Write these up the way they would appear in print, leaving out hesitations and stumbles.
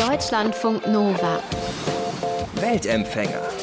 Deutschlandfunk Nova. Weltempfänger.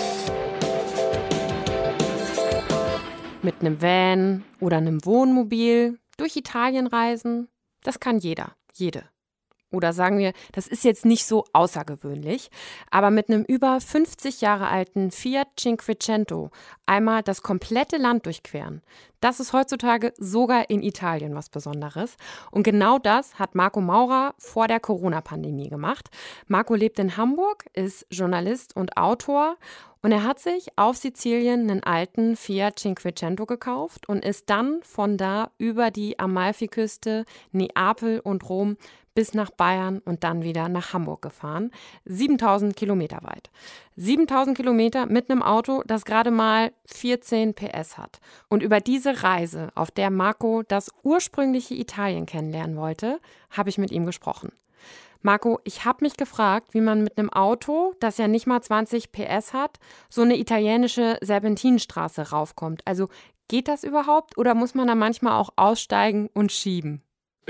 Mit einem Van oder einem Wohnmobil durch Italien reisen, das kann jeder, jede. Oder sagen wir, das ist jetzt nicht so außergewöhnlich, aber mit einem über 50 Jahre alten Fiat Cinquecento einmal das komplette Land durchqueren, das ist heutzutage sogar in Italien was Besonderes. Und genau das hat Marco Maurer vor der Corona-Pandemie gemacht. Marco lebt in Hamburg, ist Journalist und Autor. Und er hat sich auf Sizilien einen alten Fiat Cinquecento gekauft und ist dann von da über die Amalfiküste, Neapel und Rom bis nach Bayern und dann wieder nach Hamburg gefahren. 7000 Kilometer weit. 7000 Kilometer mit einem Auto, das gerade mal 14 PS hat. Und über diese Reise, auf der Marco das ursprüngliche Italien kennenlernen wollte, habe ich mit ihm gesprochen. Marco, ich habe mich gefragt, wie man mit einem Auto, das ja nicht mal 20 PS hat, so eine italienische Serpentinenstraße raufkommt. Also geht das überhaupt oder muss man da manchmal auch aussteigen und schieben?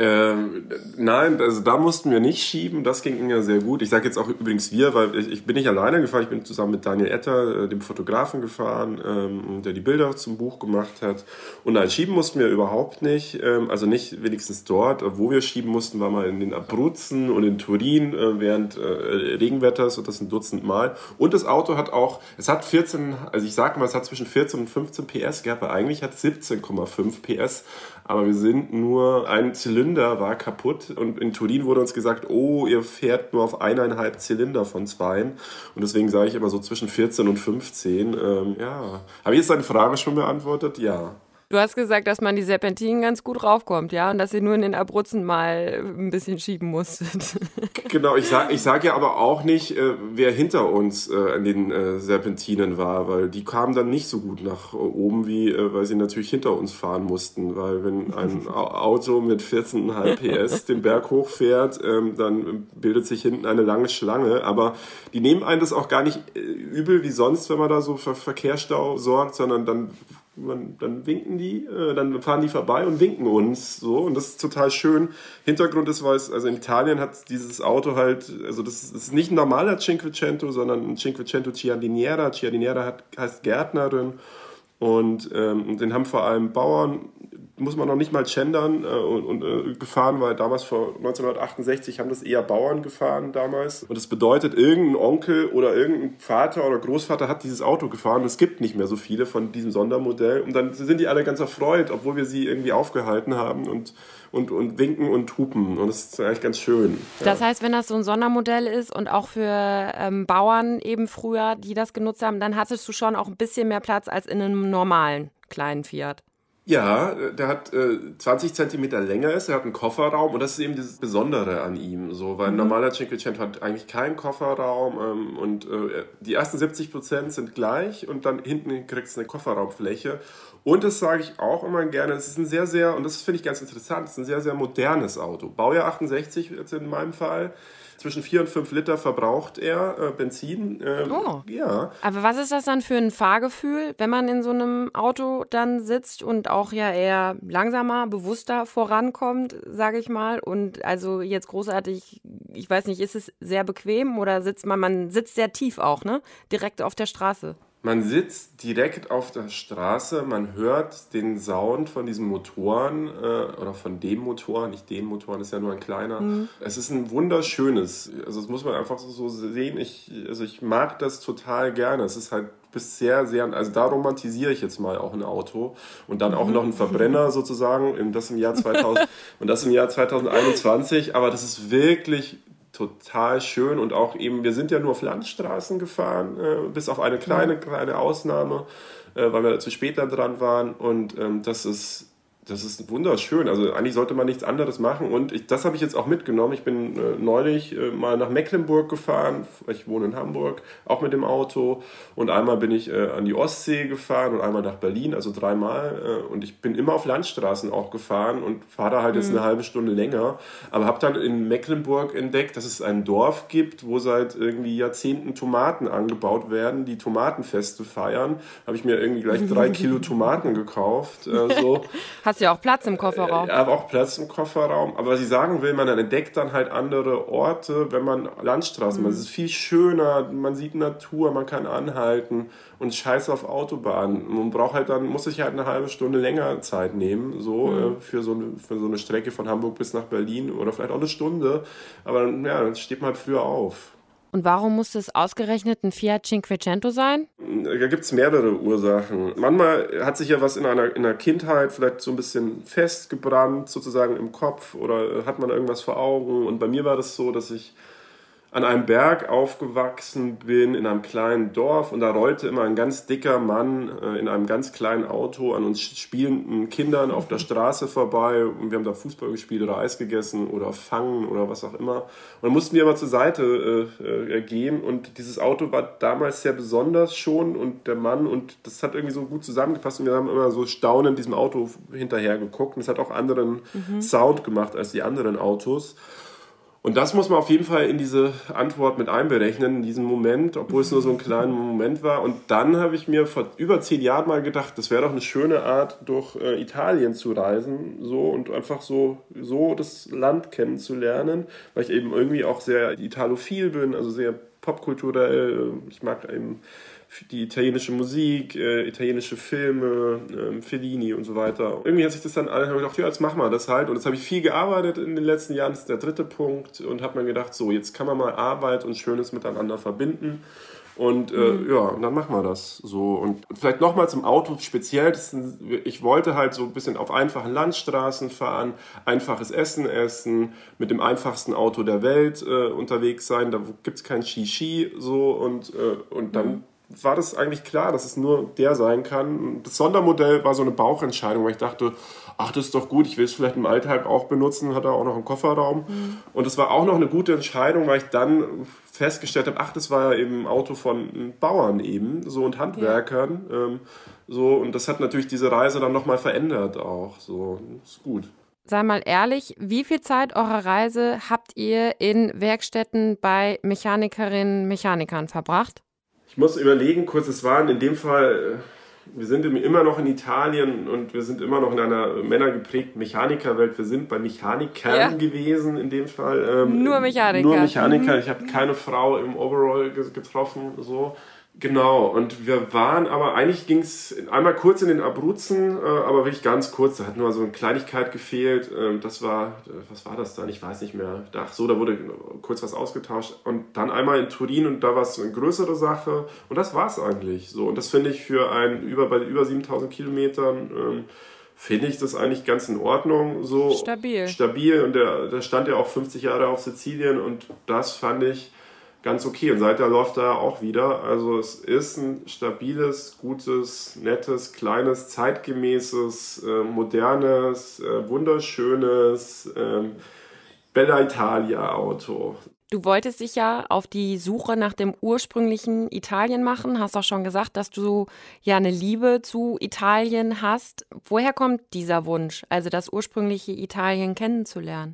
Nein, also da mussten wir nicht schieben, das ging ja sehr gut. Ich sage jetzt auch übrigens wir, weil ich bin nicht alleine gefahren, ich bin zusammen mit Daniel Etter, dem Fotografen, gefahren, der die Bilder zum Buch gemacht hat. Und nein, schieben mussten wir überhaupt nicht, also nicht wenigstens dort. Wo wir schieben mussten, war mal in den Abruzzen und in Turin während Regenwetters, und das ein Dutzend Mal. Und das Auto hat auch, es hat 14, also ich sage mal, es hat zwischen 14 und 15 PS gehabt, weil eigentlich hat 17,5 PS. Aber wir sind nur, ein Zylinder war kaputt und in Turin wurde uns gesagt, oh, ihr fährt nur auf 1,5 Zylinder von 2. Und deswegen sage ich immer so zwischen 14 und 15. Ja. Habe ich jetzt deine Frage schon beantwortet? Ja. Du hast gesagt, dass man die Serpentinen ganz gut raufkommt, ja? Und dass ihr nur in den Abruzzen mal ein bisschen schieben musstet. Genau, ich sag ja aber auch nicht, wer hinter uns an den Serpentinen war, weil die kamen dann nicht so gut nach oben, weil sie natürlich hinter uns fahren mussten. Weil wenn ein Auto mit 14,5 PS den Berg hochfährt, dann bildet sich hinten eine lange Schlange. Aber die nehmen einen das auch gar nicht übel wie sonst, wenn man da so für Verkehrsstau sorgt, sondern dann winken die, dann fahren die vorbei und winken uns so, und das ist total schön. Hintergrund ist, also in Italien hat dieses Auto halt, also das ist nicht ein normaler Cinquecento, sondern ein Cinquecento Giardiniera. Giardiniera heißt Gärtnerin, und den haben vor allem Bauern, muss man noch nicht mal gendern, gefahren, weil damals vor 1968 haben das eher Bauern gefahren damals. Und das bedeutet, irgendein Onkel oder irgendein Vater oder Großvater hat dieses Auto gefahren. Es gibt nicht mehr so viele von diesem Sondermodell. Und dann sind die alle ganz erfreut, obwohl wir sie irgendwie aufgehalten haben und winken und hupen. Und das ist eigentlich ganz schön. Ja. Das heißt, wenn das so ein Sondermodell ist und auch für Bauern eben früher, die das genutzt haben, dann hattest du schon auch ein bisschen mehr Platz als in einem normalen kleinen Fiat. Ja, der hat 20 Zentimeter länger ist, er hat einen Kofferraum, und das ist eben das Besondere an ihm, so, weil ein normaler Cinquecento hat eigentlich keinen Kofferraum, und die ersten 70% sind gleich, und dann hinten kriegst du eine Kofferraumfläche. Und das sage ich auch immer gerne, es ist ein sehr, sehr, und das finde ich ganz interessant, es ist ein sehr, sehr modernes Auto. Baujahr 68 jetzt in meinem Fall. Zwischen 4 und 5 Liter verbraucht er Benzin. Ja. Aber was ist das dann für ein Fahrgefühl, wenn man in so einem Auto dann sitzt und auch ja eher langsamer, bewusster vorankommt, sage ich mal? Und also jetzt großartig, ich weiß nicht, ist es sehr bequem oder man sitzt sehr tief auch, ne? Direkt auf der Straße. Man sitzt direkt auf der Straße, man hört den Sound von diesen Motoren oder von dem Motor, nicht den Motoren, ist ja nur ein kleiner. Es ist ein wunderschönes, also das muss man einfach so sehen. Ich mag das total gerne. Es ist halt bisher sehr, also da romantisiere ich jetzt mal auch ein Auto, und dann auch noch ein Verbrenner sozusagen, das im Jahr 2000 und das im Jahr 2021, aber das ist wirklich total schön. Und auch eben, wir sind ja nur auf Landstraßen gefahren, bis auf eine kleine Ausnahme, weil wir zu spät dann dran waren, und das ist wunderschön. Also eigentlich sollte man nichts anderes machen, und das habe ich jetzt auch mitgenommen. Ich bin neulich mal nach Mecklenburg gefahren, ich wohne in Hamburg, auch mit dem Auto, und einmal bin ich an die Ostsee gefahren und einmal nach Berlin, also 3-mal, und ich bin immer auf Landstraßen auch gefahren und fahre da halt jetzt eine halbe Stunde länger, aber habe dann in Mecklenburg entdeckt, dass es ein Dorf gibt, wo seit irgendwie Jahrzehnten Tomaten angebaut werden, die Tomatenfeste feiern. Habe ich mir irgendwie gleich 3 Kilo Tomaten gekauft. So. Hast hast ja auch Platz im Kofferraum. Aber auch Platz im Kofferraum. Aber was ich sagen will, man entdeckt dann halt andere Orte, wenn man Landstraßen macht. Es ist viel schöner, man sieht Natur, man kann anhalten und scheiß auf Autobahnen. Man braucht halt dann, muss sich halt eine halbe Stunde länger Zeit nehmen, für so eine Strecke von Hamburg bis nach Berlin oder vielleicht auch eine Stunde. Aber ja, dann steht man halt früher auf. Und warum musste es ausgerechnet ein Fiat Cinquecento sein? Da gibt es mehrere Ursachen. Manchmal hat sich ja was in der Kindheit vielleicht so ein bisschen festgebrannt, sozusagen im Kopf, oder hat man irgendwas vor Augen. Und bei mir war das so, dass ich an einem Berg aufgewachsen bin, in einem kleinen Dorf, und da rollte immer ein ganz dicker Mann in einem ganz kleinen Auto an uns spielenden Kindern auf der Straße vorbei, und wir haben da Fußball gespielt oder Eis gegessen oder Fangen oder was auch immer. Und dann mussten wir immer zur Seite gehen, und dieses Auto war damals sehr besonders schon, und der Mann, und das hat irgendwie so gut zusammengepasst, und wir haben immer so staunend diesem Auto hinterher geguckt, und es hat auch anderen Sound gemacht als die anderen Autos. Und das muss man auf jeden Fall in diese Antwort mit einberechnen, in diesem Moment, obwohl es nur so ein kleiner Moment war. Und dann habe ich mir vor über 10 Jahren mal gedacht, das wäre doch eine schöne Art, durch Italien zu reisen, so, und einfach so das Land kennenzulernen, weil ich eben irgendwie auch sehr italophil bin, also sehr popkulturell. Ich mag eben die italienische Musik, italienische Filme, Fellini und so weiter. Irgendwie hat sich das dann alles gedacht, ja, jetzt machen wir das halt. Und jetzt habe ich viel gearbeitet in den letzten Jahren, das ist der 3. Punkt. Und habe mir gedacht, so, jetzt kann man mal Arbeit und Schönes miteinander verbinden. Und dann machen wir das so. Und vielleicht nochmal zum Auto speziell. Ich wollte halt so ein bisschen auf einfachen Landstraßen fahren, einfaches essen, mit dem einfachsten Auto der Welt unterwegs sein. Da gibt es kein Shishi so, und dann war das eigentlich klar, dass es nur der sein kann. Das Sondermodell war so eine Bauchentscheidung, weil ich dachte, ach, das ist doch gut, ich will es vielleicht im Alltag auch benutzen, hat er auch noch einen Kofferraum. Und das war auch noch eine gute Entscheidung, weil ich dann festgestellt habe, ach, das war ja eben ein Auto von Bauern eben, so, und Handwerkern. Ja. Und das hat natürlich diese Reise dann nochmal verändert auch. So, ist gut. Sei mal ehrlich, wie viel Zeit eurer Reise habt ihr in Werkstätten bei Mechanikern verbracht? Ich muss überlegen kurz, es waren in dem Fall, wir sind immer noch in Italien und wir sind immer noch in einer männergeprägten Mechanikerwelt. Wir sind bei Mechanikern gewesen in dem Fall. Nur Mechaniker. Nur Mechaniker. Ich habe keine Frau im Overall getroffen, so. Genau, und wir waren, aber eigentlich ging es einmal kurz in den Abruzzen, aber wirklich ganz kurz, da hat nur so eine Kleinigkeit gefehlt, was war das dann, ich weiß nicht mehr, da wurde kurz was ausgetauscht, und dann einmal in Turin, und da war es eine größere Sache, und das war es eigentlich so, und das finde ich für bei über 7000 Kilometern, finde ich das eigentlich ganz in Ordnung, so stabil, und der stand ja auch 50 Jahre auf Sizilien, und das fand ich ganz okay. Und seitdem läuft er auch wieder. Also es ist ein stabiles, gutes, nettes, kleines, zeitgemäßes, modernes, wunderschönes Bella Italia Auto. Du wolltest dich ja auf die Suche nach dem ursprünglichen Italien machen. Hast auch schon gesagt, dass du ja eine Liebe zu Italien hast. Woher kommt dieser Wunsch, also das ursprüngliche Italien kennenzulernen?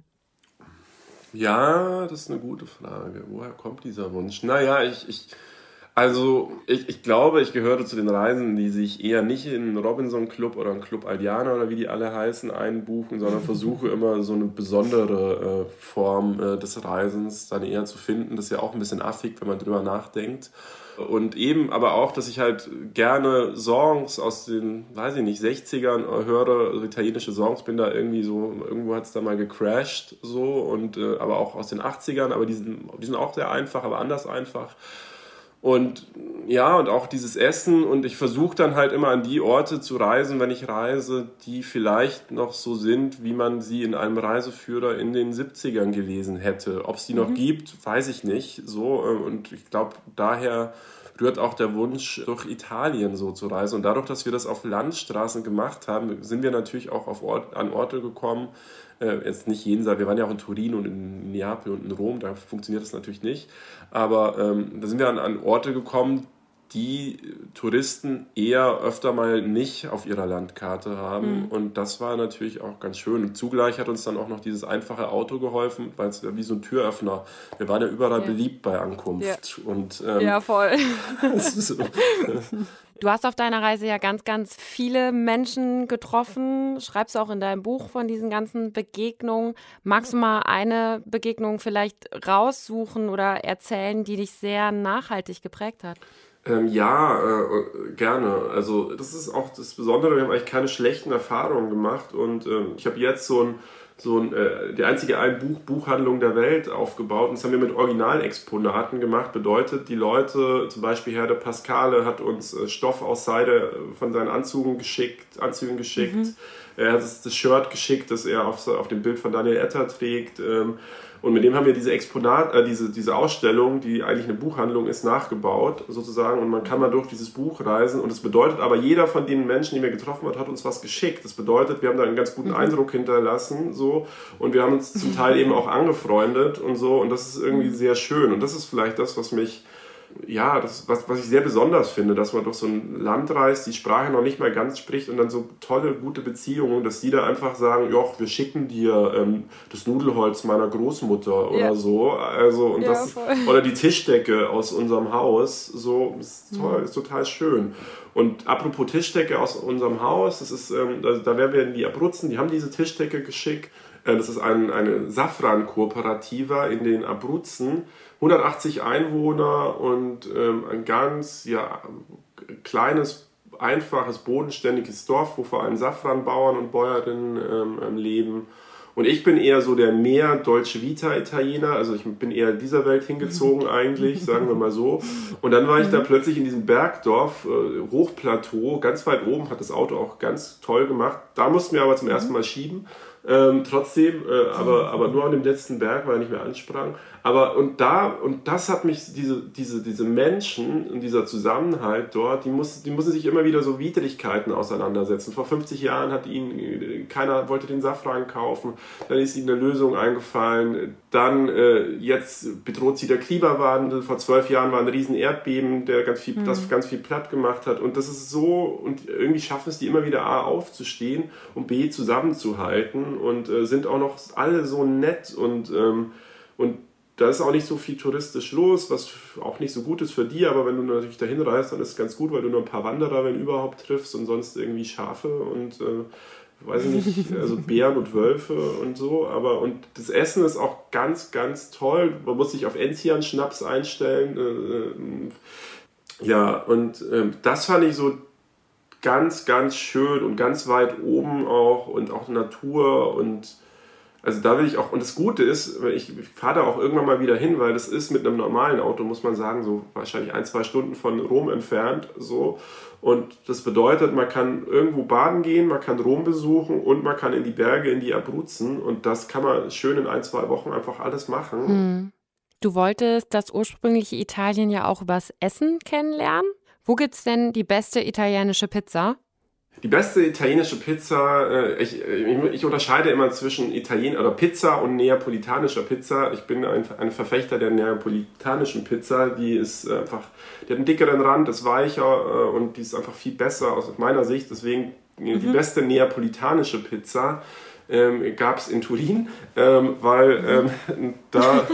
Ja, das ist eine gute Frage. Woher kommt dieser Wunsch? Naja, ich glaube, ich gehöre zu den Reisenden, die sich eher nicht in einen Robinson-Club oder einen Club Aldiana oder wie die alle heißen einbuchen, sondern versuche immer so eine besondere Form des Reisens dann eher zu finden. Das ist ja auch ein bisschen affig, wenn man drüber nachdenkt. Und eben aber auch, dass ich halt gerne Songs aus den, weiß ich nicht, 60ern höre, also italienische Songs, bin da irgendwie so, irgendwo hat es da mal gecrashed, so, und aber auch aus den 80ern, aber die sind auch sehr einfach, aber anders einfach. Und ja, und auch dieses Essen, und ich versuche dann halt immer an die Orte zu reisen, wenn ich reise, die vielleicht noch so sind, wie man sie in einem Reiseführer in den 70ern gelesen hätte. Ob es die noch gibt, weiß ich nicht. So, und ich glaube, daher rührt auch der Wunsch, durch Italien so zu reisen. Und dadurch, dass wir das auf Landstraßen gemacht haben, sind wir natürlich auch an Orte gekommen, jetzt nicht jenseits, wir waren ja auch in Turin und in Neapel und in Rom, da funktioniert das natürlich nicht, aber da sind wir an Orte gekommen, die Touristen eher öfter mal nicht auf ihrer Landkarte haben, und das war natürlich auch ganz schön. Und zugleich hat uns dann auch noch dieses einfache Auto geholfen, weil es wie so ein Türöffner, wir waren ja überall beliebt bei Ankunft. Ja, und, ja, voll. Du hast auf deiner Reise ja ganz, ganz viele Menschen getroffen. Schreibst auch in deinem Buch von diesen ganzen Begegnungen. Magst du mal eine Begegnung vielleicht raussuchen oder erzählen, die dich sehr nachhaltig geprägt hat? Gerne. Also das ist auch das Besondere, wir haben eigentlich keine schlechten Erfahrungen gemacht und ich habe jetzt die einzige Buchhandlung der Welt aufgebaut und das haben wir mit Originalexponaten gemacht. Bedeutet, die Leute, zum Beispiel Herr de Pascale hat uns Stoff aus Seide von seinen Anzügen geschickt. Er hat uns das Shirt geschickt, das er auf dem Bild von Daniel Etter trägt. Und mit dem haben wir diese Ausstellung, die eigentlich eine Buchhandlung ist, nachgebaut sozusagen. Und man kann mal durch dieses Buch reisen. Und das bedeutet aber, jeder von den Menschen, die wir getroffen hat uns was geschickt. Das bedeutet, wir haben da einen ganz guten Eindruck hinterlassen. So. Und wir haben uns zum Teil eben auch angefreundet und so. Und das ist irgendwie sehr schön. Und das ist vielleicht das, was mich... Ja, was ich sehr besonders finde, dass man durch so ein Land reist, die Sprache noch nicht mal ganz spricht und dann so tolle, gute Beziehungen, dass die da einfach sagen, joch, wir schicken dir das Nudelholz meiner Großmutter oder so. Also, und oder die Tischdecke aus unserem Haus, so, ist toll, ist total schön. Und apropos Tischdecke aus unserem Haus, das ist, da werden wir in die Abruzzen, die haben diese Tischdecke geschickt. Das ist eine Safran-Kooperativa in den Abruzzen. 180 Einwohner und ein ganz kleines, einfaches, bodenständiges Dorf, wo vor allem Safranbauern und Bäuerinnen leben. Und ich bin eher so der mehr Dolce Vita Italiener, also ich bin eher dieser Welt hingezogen eigentlich, sagen wir mal so. Und dann war ich da plötzlich in diesem Bergdorf, Hochplateau, ganz weit oben, hat das Auto auch ganz toll gemacht. Da mussten wir aber zum ersten Mal schieben. Trotzdem, aber nur an dem letzten Berg, weil er nicht mehr ansprang. Und das hat mich, diese Menschen und dieser Zusammenhalt dort, die müssen sich immer wieder so Widrigkeiten auseinandersetzen. Vor 50 Jahren keiner wollte den Safran kaufen, dann ist ihnen eine Lösung eingefallen, dann jetzt bedroht sie der Klimawandel, vor 12 Jahren war ein riesen Erdbeben, das ganz viel platt gemacht hat und das ist so, und irgendwie schaffen es die immer wieder A, aufzustehen und B, zusammenzuhalten und sind auch noch alle so nett und da ist auch nicht so viel touristisch los, was auch nicht so gut ist für die, aber wenn du natürlich dahin reist, dann ist es ganz gut, weil du nur ein paar Wanderer, wenn überhaupt, triffst und sonst irgendwie Schafe und weiß ich nicht, also Bären und Wölfe und so, und das Essen ist auch ganz, ganz toll, man muss sich auf Enzian-Schnaps einstellen, das fand ich so ganz, ganz schön und ganz weit oben auch und auch Natur und also da will ich auch, und das Gute ist, ich fahre da auch irgendwann mal wieder hin, weil das ist mit einem normalen Auto, muss man sagen, so wahrscheinlich 1-2 Stunden von Rom entfernt, so. Und das bedeutet, man kann irgendwo baden gehen, man kann Rom besuchen und man kann in die Berge, in die Abruzzen und das kann man schön in 1-2 Wochen einfach alles machen. Du wolltest das ursprüngliche Italien ja auch übers Essen kennenlernen. Wo gibt's denn die beste italienische Pizza? Die beste italienische Pizza, ich unterscheide immer zwischen Pizza und neapolitanischer Pizza. Ich bin ein Verfechter der neapolitanischen Pizza. Die hat einen dickeren Rand, ist weicher und die ist einfach viel besser aus meiner Sicht. Deswegen die beste neapolitanische Pizza gab es in Turin, weil da...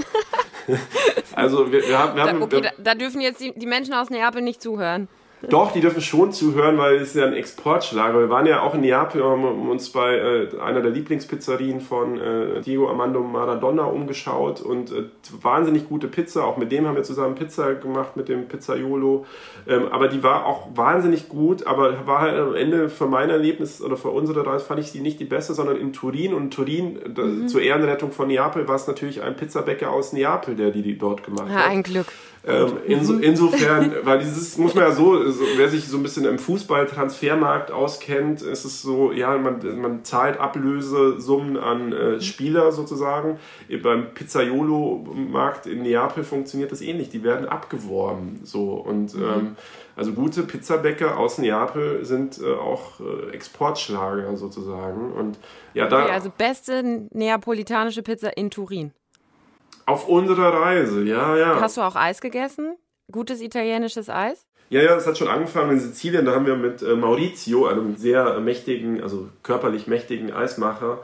Also da dürfen jetzt die Menschen aus Neapel nicht zuhören. Doch, die dürfen schon zuhören, weil es ist ja ein Exportschlager. Wir waren ja auch in Neapel, haben uns bei einer der Lieblingspizzerien von Diego Armando Maradona umgeschaut und wahnsinnig gute Pizza. Auch mit dem haben wir zusammen Pizza gemacht, mit dem Pizzaiolo. Aber die war auch wahnsinnig gut, aber war halt am Ende für mein Erlebnis oder für unsere Reise fand ich sie nicht die beste, sondern in Turin. Und Turin, zur Ehrenrettung von Neapel, war es natürlich ein Pizzabäcker aus Neapel, der die dort gemacht hat. Ein Glück. Insofern, weil dieses, muss man ja so, wer sich so ein bisschen im Fußball-Transfermarkt auskennt, ist es so, ja, man zahlt Ablösesummen an Spieler sozusagen. Beim Pizzaiolo-Markt in Neapel funktioniert das ähnlich, die werden abgeworben. So. Und also gute Pizzabäcker aus Neapel sind auch Exportschlager sozusagen. Und ja, okay, also beste neapolitanische Pizza in Turin. Auf unserer Reise, ja. Hast du auch Eis gegessen? Gutes italienisches Eis? Ja, das hat schon angefangen in Sizilien. Da haben wir mit Maurizio, einem sehr mächtigen, also körperlich mächtigen Eismacher,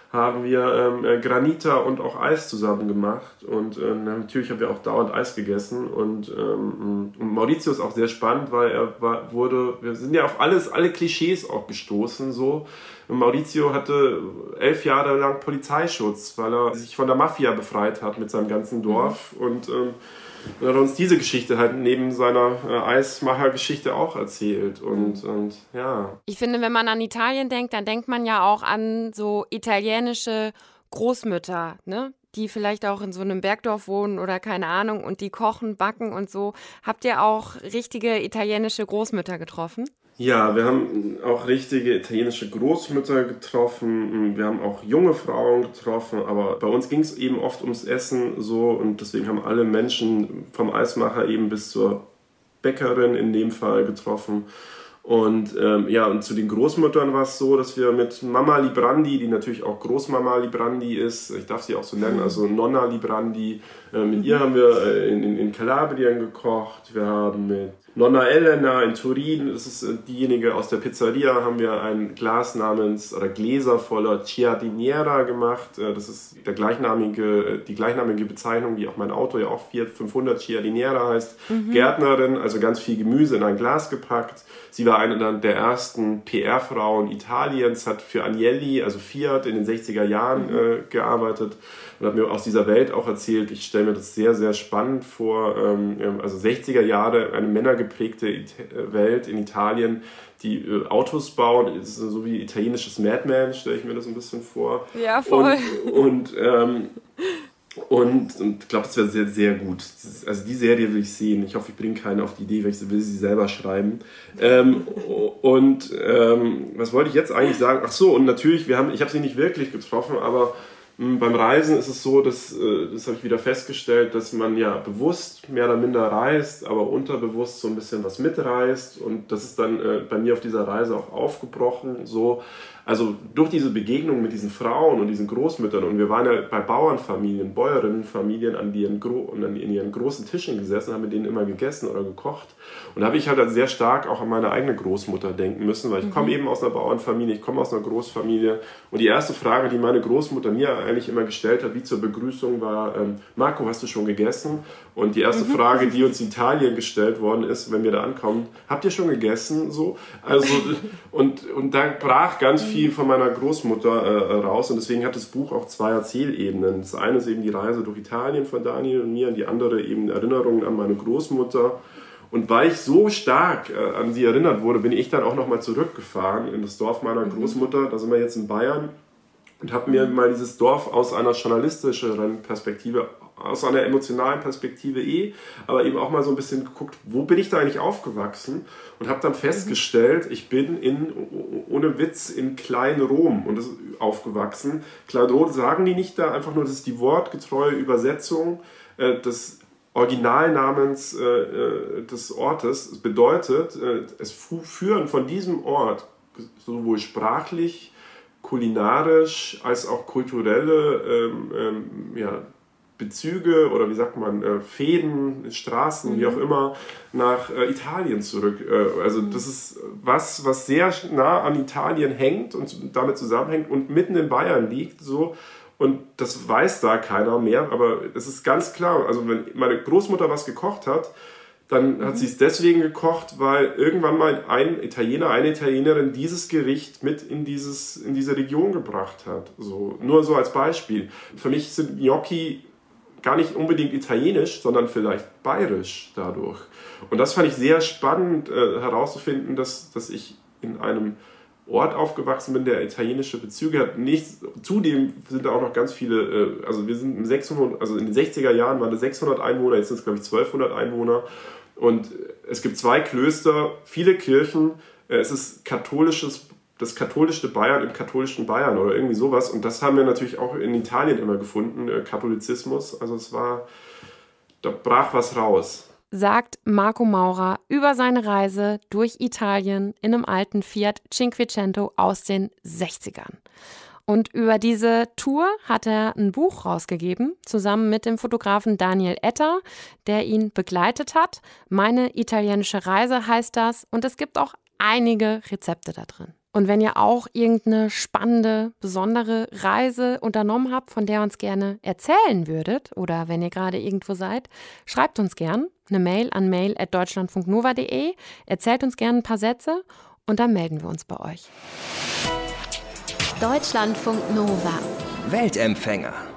haben wir Granita und auch Eis zusammen gemacht. Und natürlich haben wir auch dauernd Eis gegessen. Und Maurizio ist auch sehr spannend, weil wir sind ja auf alle Klischees auch gestoßen. So. Maurizio hatte 11 Jahre lang Polizeischutz, weil er sich von der Mafia befreit hat mit seinem ganzen Dorf. Und hat uns diese Geschichte halt neben seiner Eismacher-Geschichte auch erzählt. Und ja. Ich finde, wenn man an Italien denkt, dann denkt man ja auch an so italienische Großmütter, ne? Die vielleicht auch in so einem Bergdorf wohnen oder keine Ahnung und die kochen, backen und so. Habt ihr auch richtige italienische Großmütter getroffen? Ja, wir haben auch richtige italienische Großmütter getroffen. Wir haben auch junge Frauen getroffen, aber bei uns ging es eben oft ums Essen so und deswegen haben alle Menschen vom Eismacher eben bis zur Bäckerin in dem Fall getroffen. Und und zu den Großmüttern war es so, dass wir mit Mama Librandi, die natürlich auch Großmama Librandi ist, ich darf sie auch so nennen, also Nonna Librandi, mit ihr haben wir in Kalabrien gekocht. Wir haben mit Nonna Elena in Turin, das ist diejenige aus der Pizzeria, haben wir ein Gläser voller Giardiniera gemacht. Das ist die gleichnamige Bezeichnung, wie auch mein Auto ja auch 500 Giardiniera heißt. Gärtnerin, also ganz viel Gemüse in ein Glas gepackt. Sie war eine der ersten PR-Frauen Italiens, hat für Agnelli, also Fiat, in den 60er Jahren gearbeitet und hat mir aus dieser Welt auch erzählt. Ich stelle mir das sehr, sehr spannend vor. Also 60er Jahre, eine männergeprägte Welt in Italien, die Autos bauen, das ist so wie italienisches Mad Men, stelle ich mir das ein bisschen vor. Ja, voll. Und ich glaube, das wäre sehr, sehr gut. Also die Serie will ich sehen. Ich hoffe, ich bringe keine auf die Idee, weil ich will sie selber schreiben. Was wollte ich jetzt eigentlich sagen? Ach so, und natürlich, ich habe sie nicht wirklich getroffen, aber beim Reisen ist es so, das habe ich wieder festgestellt, dass man ja bewusst mehr oder minder reist, aber unterbewusst so ein bisschen was mitreist. Und das ist dann bei mir auf dieser Reise auch aufgebrochen. So. Also durch diese Begegnung mit diesen Frauen und diesen Großmüttern, und wir waren ja bei Bauernfamilien, Bäuerinnenfamilien in ihren großen Tischen gesessen, haben mit denen immer gegessen oder gekocht. Und da habe ich halt sehr stark auch an meine eigene Großmutter denken müssen, weil ich komme eben aus einer Bauernfamilie, ich komme aus einer Großfamilie. Und die erste Frage, die meine Großmutter mir eigentlich immer gestellt hat, wie zur Begrüßung, war, Marco, hast du schon gegessen? Und die erste Frage, die uns in Italien gestellt worden ist, wenn wir da ankommen, habt ihr schon gegessen? So, also, und da brach ganz viel von meiner Großmutter raus, und deswegen hat das Buch auch 2 Erzählebenen. Das eine ist eben die Reise durch Italien von Daniel und mir, und die andere eben Erinnerungen an meine Großmutter. Und weil ich so stark an sie erinnert wurde, bin ich dann auch nochmal zurückgefahren in das Dorf meiner Großmutter. Da sind wir jetzt in Bayern. Und habe mir mal dieses Dorf aus einer journalistischeren Perspektive, aus einer emotionalen Perspektive aber eben auch mal so ein bisschen geguckt, wo bin ich da eigentlich aufgewachsen, und habe dann festgestellt, ich bin ohne Witz in Klein-Rom aufgewachsen. Klein-Rom sagen die nicht da, einfach nur, das ist die wortgetreue Übersetzung des Originalnamens des Ortes. Es bedeutet, es führen von diesem Ort sowohl sprachlich, kulinarisch als auch kulturelle Bezüge oder wie sagt man, Fäden, Straßen, wie auch immer, nach Italien zurück. Also das ist was sehr nah an Italien hängt und damit zusammenhängt und mitten in Bayern liegt. So. Und das weiß da keiner mehr, aber es ist ganz klar, also wenn meine Großmutter was gekocht hat, dann hat sie es deswegen gekocht, weil irgendwann mal ein Italiener, eine Italienerin dieses Gericht mit in diese Region gebracht hat. So, nur so als Beispiel. Für mich sind Gnocchi gar nicht unbedingt italienisch, sondern vielleicht bayerisch dadurch. Und das fand ich sehr spannend herauszufinden, dass ich in einem Ort aufgewachsen bin, der italienische Bezüge hat. Zudem sind da auch noch ganz viele, also wir sind in den 60er Jahren waren es 600 Einwohner, jetzt sind es glaube ich 1200 Einwohner. Und es gibt 2 Klöster, viele Kirchen. Es ist das katholischste Bayern im katholischen Bayern oder irgendwie sowas. Und das haben wir natürlich auch in Italien immer gefunden, Katholizismus. Also da brach was raus. Sagt Marco Maurer über seine Reise durch Italien in einem alten Fiat Cinquecento aus den 60ern. Und über diese Tour hat er ein Buch rausgegeben, zusammen mit dem Fotografen Daniel Etter, der ihn begleitet hat. Meine italienische Reise heißt das, und es gibt auch einige Rezepte da drin. Und wenn ihr auch irgendeine spannende, besondere Reise unternommen habt, von der ihr uns gerne erzählen würdet oder wenn ihr gerade irgendwo seid, schreibt uns gern eine Mail an mail@deutschlandfunknova.de, erzählt uns gerne ein paar Sätze und dann melden wir uns bei euch. Deutschlandfunk Nova. Weltempfänger.